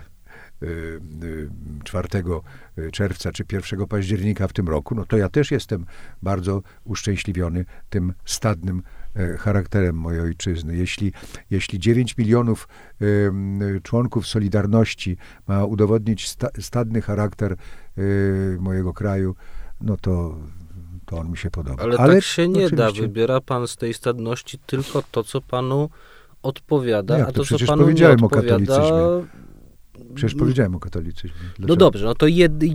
4 czerwca czy 1 października w tym roku, no to ja też jestem bardzo uszczęśliwiony tym stadnym charakterem mojej ojczyzny. Jeśli 9 milionów członków Solidarności ma udowodnić stadny charakter mojego kraju, no to on mi się podoba. Ale tak się nie da. Wybiera pan z tej stadności tylko to, co panu odpowiada, nie, a to, co przecież panu powiedziałem nie odpowiada... o katolicyzmie. Przecież powiedziałem o katolicyzmie. Dlaczego? No dobrze, no to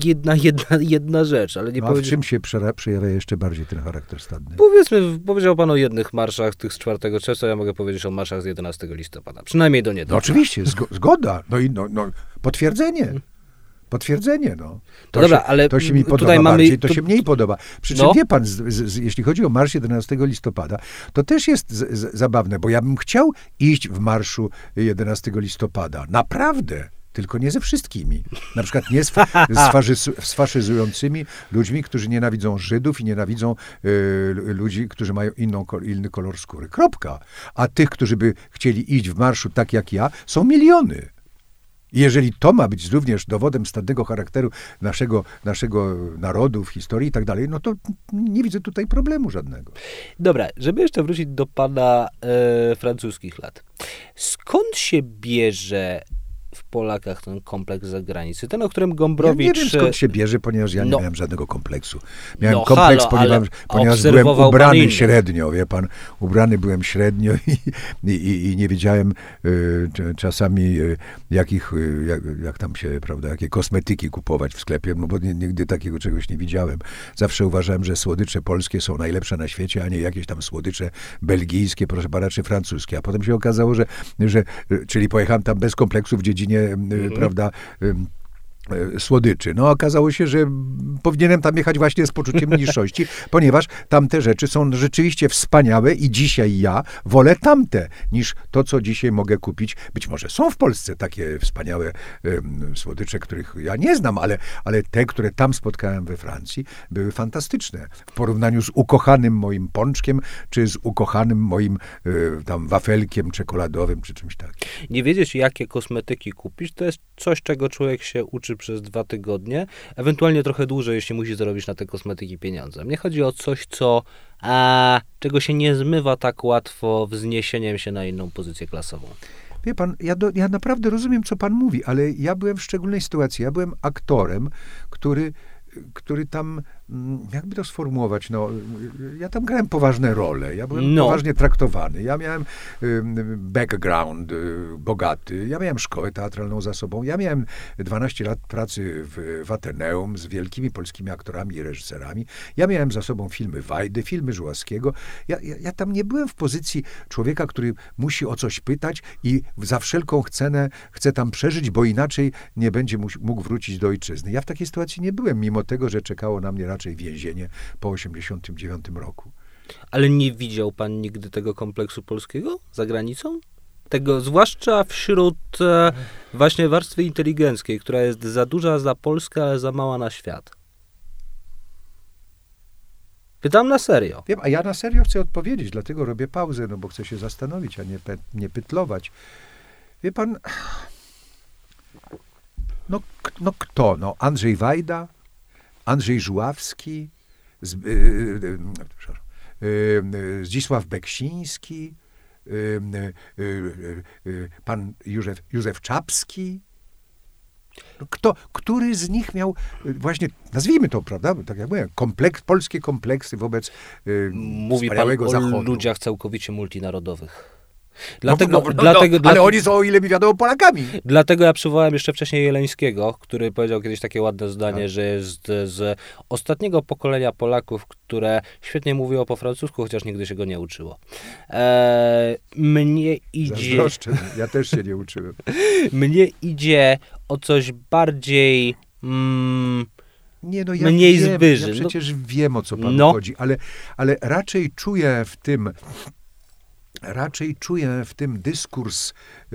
jedna rzecz, ale nie a w czym się przejawia jeszcze bardziej ten charakter stadny? Powiedzmy, powiedział pan o jednych marszach tych z 4 czerwca, ja mogę powiedzieć o marszach z 11 listopada. Przynajmniej do niedawna. No oczywiście, zgoda. Potwierdzenie. Potwierdzenie, no. Dobra, ale to się mi podoba bardziej, to się mniej podoba. Przy czym wie pan, jeśli chodzi o marsz 11 listopada, to też jest zabawne, bo ja bym chciał iść w marszu 11 listopada. Naprawdę. Tylko nie ze wszystkimi. Na przykład nie z faszyzującymi ludźmi, którzy nienawidzą Żydów i nienawidzą ludzi, którzy mają inny kolor skóry. Kropka. A tych, którzy by chcieli iść w marszu tak jak ja, są miliony. I jeżeli to ma być również dowodem stadnego charakteru naszego narodu w historii i tak dalej, no to nie widzę tutaj problemu żadnego. Dobra, żeby jeszcze wrócić do pana francuskich lat. Skąd się bierze w Polakach ten kompleks zagranicy? Ten, o którym Gombrowicz... Ja nie wiem, skąd się bierze, ponieważ ja nie miałem żadnego kompleksu. Miałem kompleks, ponieważ byłem ubrany średnio, wie pan. Ubrany byłem średnio i nie wiedziałem czasami, jak tam się, prawda, jakie kosmetyki kupować w sklepie, no bo nigdy takiego czegoś nie widziałem. Zawsze uważałem, że słodycze polskie są najlepsze na świecie, a nie jakieś tam słodycze belgijskie, proszę pana, czy francuskie. A potem się okazało, czyli pojechałem tam bez kompleksu w dziedzinie, prawda, słodyczy. No okazało się, że powinienem tam jechać właśnie z poczuciem niższości, ponieważ tamte rzeczy są rzeczywiście wspaniałe i dzisiaj ja wolę tamte, niż to, co dzisiaj mogę kupić. Być może są w Polsce takie wspaniałe słodycze, których ja nie znam, ale te, które tam spotkałem we Francji, były fantastyczne. W porównaniu z ukochanym moim pączkiem, czy z ukochanym moim tam wafelkiem czekoladowym, czy czymś takim. Nie wiedzieć, jakie kosmetyki kupić, to jest coś, czego człowiek się uczy przez 2 tygodnie, ewentualnie trochę dłużej, jeśli musi zarobić na te kosmetyki pieniądze. Mnie chodzi o coś, czego się nie zmywa tak łatwo wzniesieniem się na inną pozycję klasową. Wie pan, ja naprawdę rozumiem, co pan mówi, ale ja byłem w szczególnej sytuacji. Ja byłem aktorem, który tam, jakby to sformułować, ja tam grałem poważne role, ja byłem poważnie traktowany, ja miałem background bogaty, ja miałem szkołę teatralną za sobą, ja miałem 12 lat pracy w Ateneum z wielkimi polskimi aktorami i reżyserami, ja miałem za sobą filmy Wajdy, filmy Żuławskiego, ja tam nie byłem w pozycji człowieka, który musi o coś pytać i za wszelką cenę chce tam przeżyć, bo inaczej nie będzie mógł wrócić do ojczyzny. Ja w takiej sytuacji nie byłem, mimo tego, że czekało na mnie raczej więzienie po 1989 roku. Ale nie widział pan nigdy tego kompleksu polskiego za granicą? Tego, zwłaszcza wśród właśnie warstwy inteligenckiej, która jest za duża za Polskę, ale za mała na świat. Pytam na serio. Wiem, a ja na serio chcę odpowiedzieć, dlatego robię pauzę, bo chcę się zastanowić, a nie pytlować. Wie pan, kto? Andrzej Wajda, Andrzej Żuławski, Zdzisław Beksiński, pan Józef Czapski. Który z nich miał właśnie, nazwijmy to, prawda, tak jak mówiłem, polskie kompleksy wobec wspaniałego Zachodu. Mówi pan o ludziach całkowicie multinarodowych. Ale oni są, o ile mi wiadomo, Polakami. Dlatego ja przywołałem jeszcze wcześniej Jeleńskiego, który powiedział kiedyś takie ładne zdanie, że jest z ostatniego pokolenia Polaków, które świetnie mówiło po francusku, chociaż nigdy się go nie uczyło. Mnie idzie... Zazdroszczę, ja też się nie uczyłem. Mnie idzie o coś bardziej Nie, no ja mniej wiem, zwyży. Ja przecież wiem, o co panu chodzi, ale raczej czuję w tym dyskurs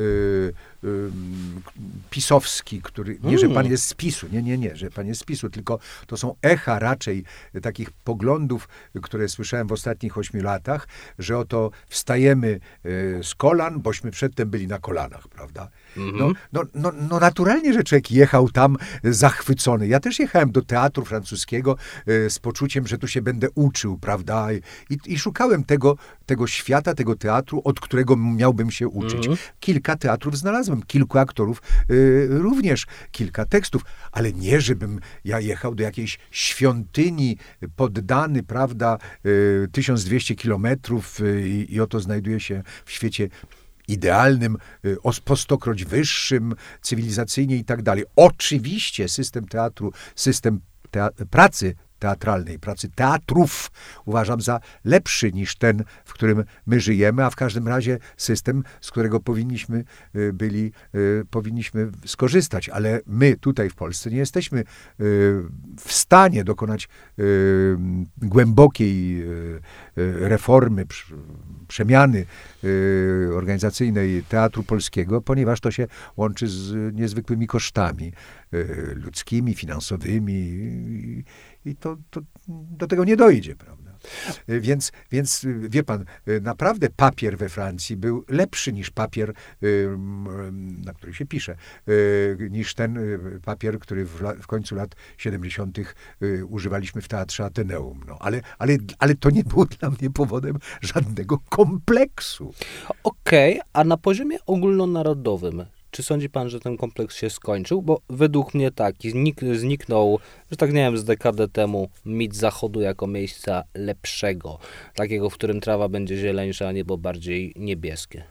pisowski, który, nie, że pan jest z PiS-u, nie, że pan jest z PiS-u, tylko to są echa raczej takich poglądów, które słyszałem w ostatnich 8 latach, że oto wstajemy z kolan, bośmy przedtem byli na kolanach, prawda? No naturalnie, że człowiek jechał tam zachwycony. Ja też jechałem do teatru francuskiego z poczuciem, że tu się będę uczył, prawda? I szukałem tego świata, tego teatru, od którego miałbym się uczyć. Kilka teatrów znalazłem, kilku aktorów również, kilka tekstów, ale nie, żebym ja jechał do jakiejś świątyni poddany, prawda, 1200 kilometrów i oto znajduje się w świecie idealnym, po 100-kroć wyższym, cywilizacyjnie i tak dalej. Oczywiście system teatru, system pracy teatralnej, pracy teatrów uważam za lepszy niż ten, w którym my żyjemy, a w każdym razie system, z którego powinniśmy skorzystać. Ale my tutaj w Polsce nie jesteśmy w stanie dokonać głębokiej reformy, przemiany organizacyjnej Teatru Polskiego, ponieważ to się łączy z niezwykłymi kosztami ludzkimi, finansowymi i to do tego nie dojdzie, prawda? Więc wie pan, naprawdę papier we Francji był lepszy niż papier, na który się pisze, niż ten papier, który w końcu lat 70. używaliśmy w Teatrze Ateneum. No, ale to nie było dla mnie powodem żadnego kompleksu. Okej, a na poziomie ogólnonarodowym, czy sądzi pan, że ten kompleks się skończył? Bo według mnie tak, zniknął, że tak nie wiem, z dekadę temu mit Zachodu jako miejsca lepszego, takiego, w którym trawa będzie zieleńsza, a niebo bardziej niebieskie.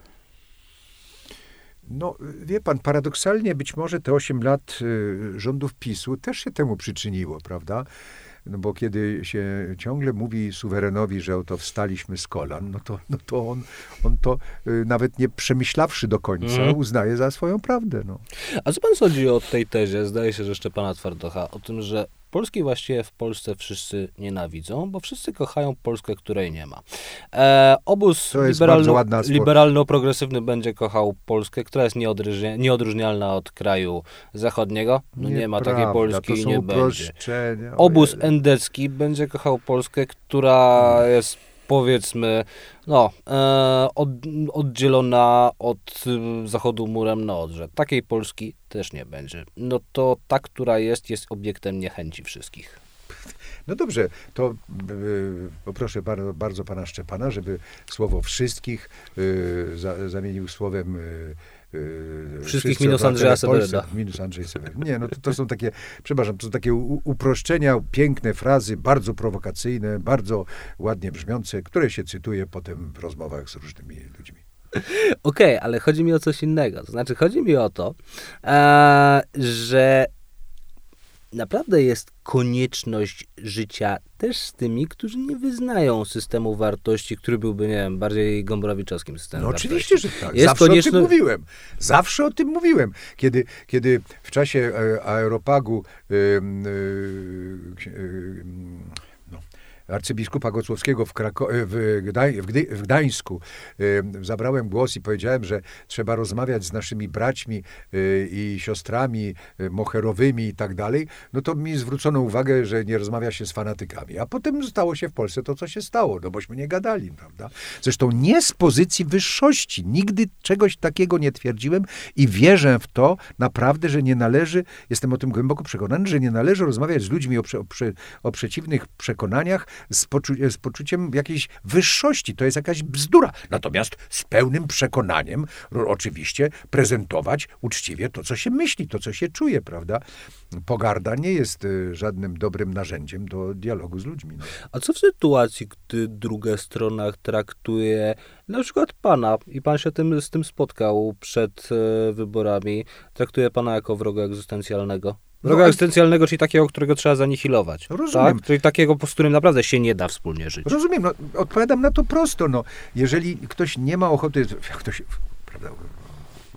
No, wie pan, paradoksalnie być może te 8 lat rządów PiS-u też się temu przyczyniło, prawda? No bo kiedy się ciągle mówi suwerenowi, że oto wstaliśmy z kolan, no to on to nawet nie przemyślawszy do końca uznaje za swoją prawdę. No. A co pan sądzi o tej tezie, zdaje się, że Szczepana Twardocha, o tym, że Polski właściwie w Polsce wszyscy nienawidzą, bo wszyscy kochają Polskę, której nie ma. Obóz liberalno-progresywny będzie kochał Polskę, która jest nieodróżnialna od kraju zachodniego. No nie ma takiej Polski i nie będzie. Obóz endecki będzie kochał Polskę, która jest, powiedzmy, oddzielona od Zachodu murem na Odrze. Takiej Polski też nie będzie. No to ta, która jest obiektem niechęci wszystkich. No dobrze, to poproszę bardzo pana Szczepana, żeby słowo wszystkich zamienił słowem wszystkich minus Andrzeja Seweryna. Minus Andrzej Seweryn. Nie, no to są takie, przepraszam, to są takie uproszczenia, piękne frazy, bardzo prowokacyjne, bardzo ładnie brzmiące, które się cytuje potem w rozmowach z różnymi ludźmi. Okej, ale chodzi mi o coś innego. To znaczy, chodzi mi o to, że naprawdę jest konieczność życia też z tymi, którzy nie wyznają systemu wartości, który byłby, nie wiem, bardziej gombrawiczowskim systemem wartości. Oczywiście, że tak. Zawsze o tym mówiłem. Kiedy w czasie Aeropagu arcybiskupa Gocłowskiego w Gdańsku zabrałem głos i powiedziałem, że trzeba rozmawiać z naszymi braćmi i siostrami moherowymi i tak dalej, no to mi zwrócono uwagę, że nie rozmawia się z fanatykami. A potem stało się w Polsce to, co się stało, no bośmy nie gadali, prawda? Zresztą nie z pozycji wyższości. Nigdy czegoś takiego nie twierdziłem i wierzę w to naprawdę, że nie należy, jestem o tym głęboko przekonany, że nie należy rozmawiać z ludźmi o przeciwnych przekonaniach, z poczuciem jakiejś wyższości. To jest jakaś bzdura. Natomiast z pełnym przekonaniem oczywiście prezentować uczciwie to, co się myśli, to, co się czuje, prawda? Pogarda nie jest żadnym dobrym narzędziem do dialogu z ludźmi. No. A co w sytuacji, gdy druga strona traktuje na przykład pana i pan się z tym spotkał przed wyborami, traktuje pana jako wroga egzystencjalnego? Wroga egzystencjalnego, czyli takiego, którego trzeba zanihilować. Rozumiem. Tak? Czyli takiego, z którym naprawdę się nie da wspólnie żyć. Rozumiem. No, odpowiadam na to prosto. No, jeżeli ktoś nie ma ochoty, prawda,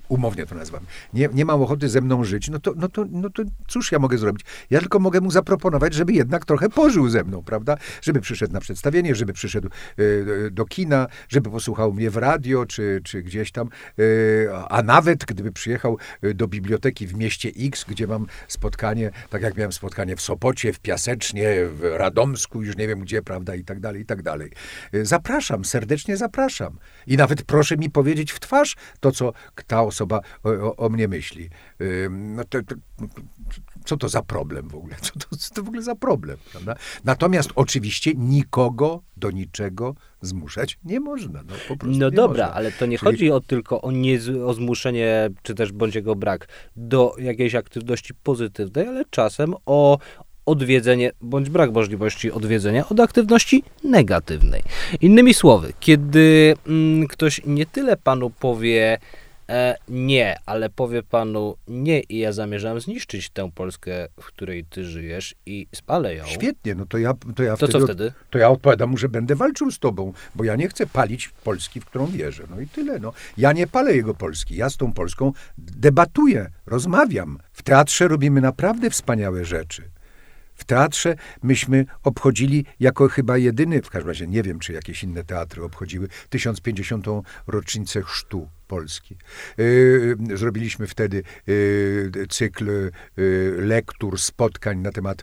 umownie to nazywam, nie ma ochoty ze mną żyć, no to cóż ja mogę zrobić? Ja tylko mogę mu zaproponować, żeby jednak trochę pożył ze mną, prawda? Żeby przyszedł na przedstawienie, żeby przyszedł do kina, żeby posłuchał mnie w radio, czy gdzieś tam, a nawet gdyby przyjechał do biblioteki w mieście X, gdzie mam spotkanie, tak jak miałem spotkanie w Sopocie, w Piasecznie, w Radomsku, już nie wiem gdzie, prawda, i tak dalej, i tak dalej. Zapraszam, serdecznie zapraszam. I nawet proszę mi powiedzieć w twarz to, co ta osoba o mnie myśli. No co to za problem w ogóle? Co to w ogóle za problem, prawda? Natomiast oczywiście nikogo do niczego zmuszać nie można. No, po prostu no nie dobra, można. ale to nie chodzi tylko o zmuszenie, czy też bądź jego brak, do jakiejś aktywności pozytywnej, ale czasem o odwiedzenie, bądź brak możliwości odwiedzenia od aktywności negatywnej. Innymi słowy, kiedy ktoś nie tyle panu powie nie, ale powie panu nie i ja zamierzam zniszczyć tę Polskę, w której ty żyjesz i spalę ją. Świetnie, no to ja co wtedy? To ja odpowiadam mu, że będę walczył z tobą, bo ja nie chcę palić Polski, w którą wierzę. No i tyle. No. Ja nie palę jego Polski. Ja z tą Polską debatuję, rozmawiam. W teatrze robimy naprawdę wspaniałe rzeczy. W teatrze myśmy obchodzili jako chyba jedyny, w każdym razie nie wiem, czy jakieś inne teatry obchodziły 1050. rocznicę chrztu Polski. Zrobiliśmy wtedy cykl lektur, spotkań na temat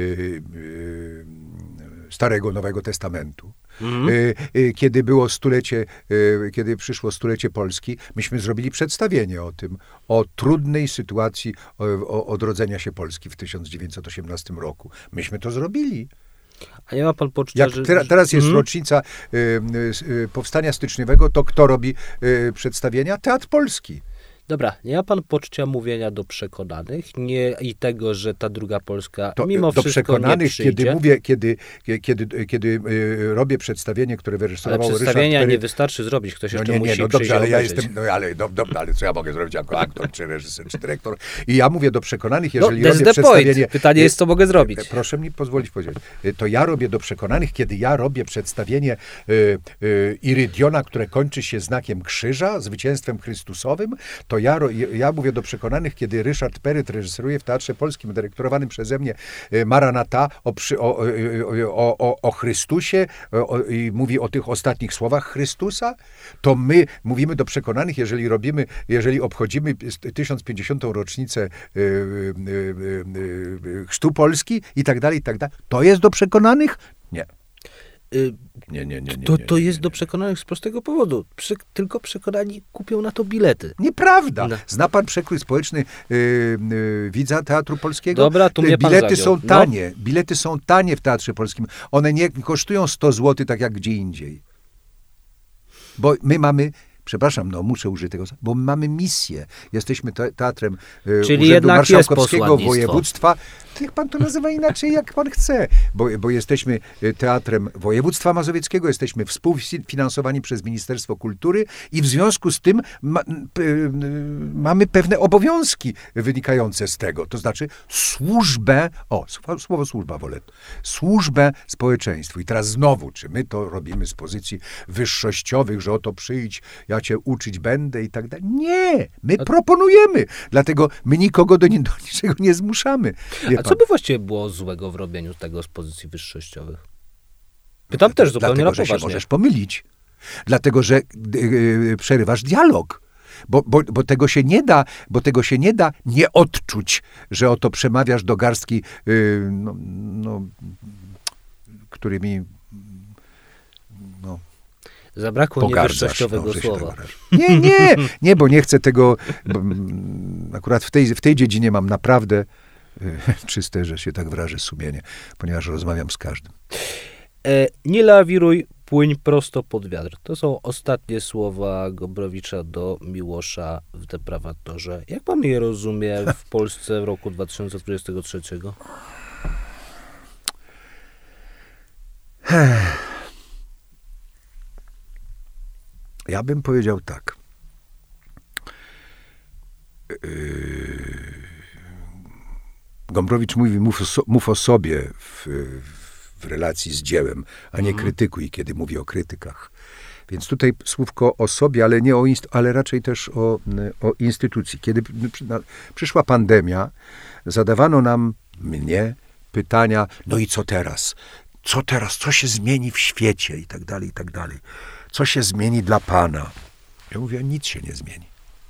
Starego, Nowego Testamentu. Kiedy było kiedy przyszło stulecie Polski, myśmy zrobili przedstawienie o tym, o trudnej sytuacji odrodzenia się Polski w 1918 roku. Myśmy to zrobili. A nie ma pan poczucia, że... Teraz jest rocznica powstania styczniowego, to kto robi przedstawienia? Teatr Polski. Dobra, nie ma pan poczucia mówienia do przekonanych i tego, że ta druga Polska mimo do wszystko przekonanych, nie przyjdzie. Kiedy robię przedstawienie, które wyreżyserował Ale Ryszard przedstawienia Peryt. nie wystarczy zrobić, ktoś jeszcze musi no dobrze, przyjść ale ja obejrzeć. jestem, ale co ja mogę zrobić jako aktor, czy reżyser, czy dyrektor? I ja mówię do przekonanych, jeżeli that's robię the przedstawienie... point. Pytanie jest, co mogę zrobić. Proszę mi pozwolić powiedzieć. To ja robię do przekonanych, kiedy ja robię przedstawienie Irydiona, które kończy się znakiem krzyża, zwycięstwem Chrystusowym, to ja mówię do przekonanych, kiedy Ryszard Peryt reżyseruje w Teatrze Polskim, dyrektorowanym przeze mnie, Maranata, o Chrystusie i mówi o tych ostatnich słowach Chrystusa, to my mówimy do przekonanych, jeżeli obchodzimy 1050. rocznicę chrztu Polski i tak dalej, to jest do przekonanych? Nie. Nie. To jest do przekonanych z prostego powodu. Tylko przekonani kupią na to bilety. Nieprawda. No. Zna pan przekrój społeczny widza Teatru Polskiego? Dobra, tu mnie pan bilety zagiął. są tanie. Bilety są tanie w Teatrze Polskim. One nie kosztują 100 zł, tak jak gdzie indziej. Bo my mamy... Przepraszam, muszę użyć tego, bo my mamy misję. Jesteśmy teatrem Czyli Urzędu jednak jest Marszałkowskiego, posłannictwo. województwa. Niech pan to nazywa inaczej, jak pan chce. Bo jesteśmy teatrem województwa mazowieckiego, jesteśmy współfinansowani przez Ministerstwo Kultury i w związku z tym mamy pewne obowiązki wynikające z tego. To znaczy służbę, słowo służba wolę, służbę społeczeństwu. I teraz znowu, czy my to robimy z pozycji wyższościowych, że oto przyjdź, ja cię uczyć będę i tak dalej. Nie! My proponujemy. Dlatego my nikogo do niczego nie zmuszamy. A co by właściwie było złego w robieniu tego z pozycji wyższościowych? Pytam też zupełnie na poważnie. Dlatego, że się możesz pomylić. Dlatego, że przerywasz dialog. Bo tego się nie da nie odczuć, że oto przemawiasz do garstki, którymi zabrakło niewyższościowego słowa. Nie, bo nie chcę tego, akurat w tej dziedzinie mam naprawdę czyste, że się tak wyrażę, sumienie, ponieważ rozmawiam z każdym. Nie lawiruj, płyń prosto pod wiatr. To są ostatnie słowa Gombrowicza do Miłosza w Deprawatorze. Jak pan je rozumie w Polsce w roku 2023? Ja bym powiedział tak. Gombrowicz mówi, mów o sobie w relacji z dziełem, a nie krytykuj, kiedy mówi o krytykach. Więc tutaj słówko o sobie, ale nie ale raczej też o instytucji. Kiedy przyszła pandemia, zadawano mnie pytania, no i co teraz? Co teraz? Co się zmieni w świecie? I tak dalej, i tak dalej. Co się zmieni dla Pana? Ja mówię, nic się nie zmieni.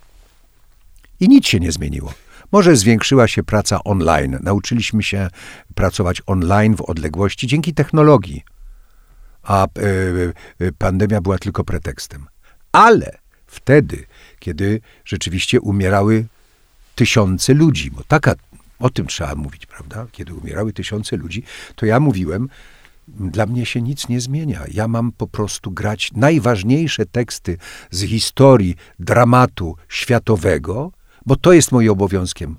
I nic się nie zmieniło. Może zwiększyła się praca online. Nauczyliśmy się pracować online w odległości dzięki technologii. A pandemia była tylko pretekstem. Ale wtedy, kiedy rzeczywiście umierały tysiące ludzi, bo o tym trzeba mówić, prawda? Kiedy umierały tysiące ludzi, to ja mówiłem, dla mnie się nic nie zmienia. Ja mam po prostu grać najważniejsze teksty z historii dramatu światowego, bo to jest moim obowiązkiem.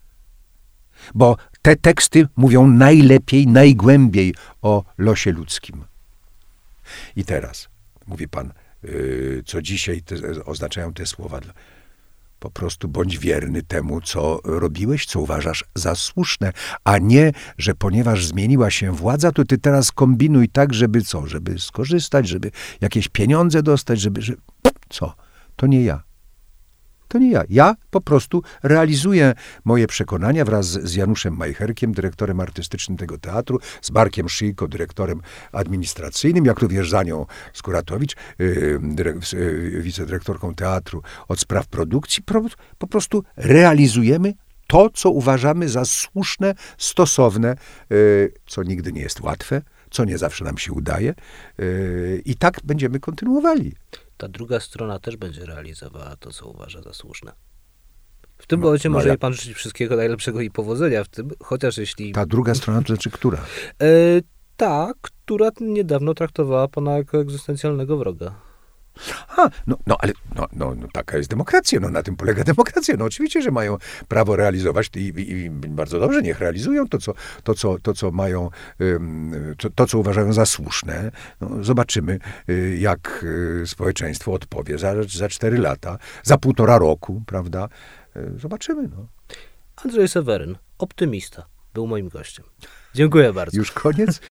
Bo te teksty mówią najlepiej, najgłębiej o losie ludzkim. I teraz, mówi pan, co dzisiaj oznaczają te słowa. Po prostu bądź wierny temu, co robiłeś, co uważasz za słuszne, a nie, że ponieważ zmieniła się władza, to ty teraz kombinuj tak, żeby co? Żeby skorzystać, żeby jakieś pieniądze dostać, Co? To nie ja. To nie ja. Ja po prostu realizuję moje przekonania wraz z Januszem Majcherkiem, dyrektorem artystycznym tego teatru, z Markiem Szyjko, dyrektorem administracyjnym, jak również Zanią Skuratowicz, wicedyrektorką teatru od spraw produkcji. Po prostu realizujemy to, co uważamy za słuszne, stosowne, co nigdy nie jest łatwe, co nie zawsze nam się udaje i tak będziemy kontynuowali. Ta druga strona też będzie realizowała to, co uważa za słuszne. W tym momencie może jej pan życzyć wszystkiego najlepszego i powodzenia w tym, chociaż jeśli... Ta druga strona to znaczy która? Ta, która niedawno traktowała pana jako egzystencjalnego wroga. Ale taka jest demokracja, na tym polega demokracja. No oczywiście, że mają prawo realizować i bardzo dobrze, niech realizują to, co mają, to, co uważają za słuszne. No, zobaczymy, jak społeczeństwo odpowie za 4 lata, za 1,5 roku, prawda? Zobaczymy, no. Andrzej Seweryn, optymista, był moim gościem. Dziękuję bardzo. Już koniec?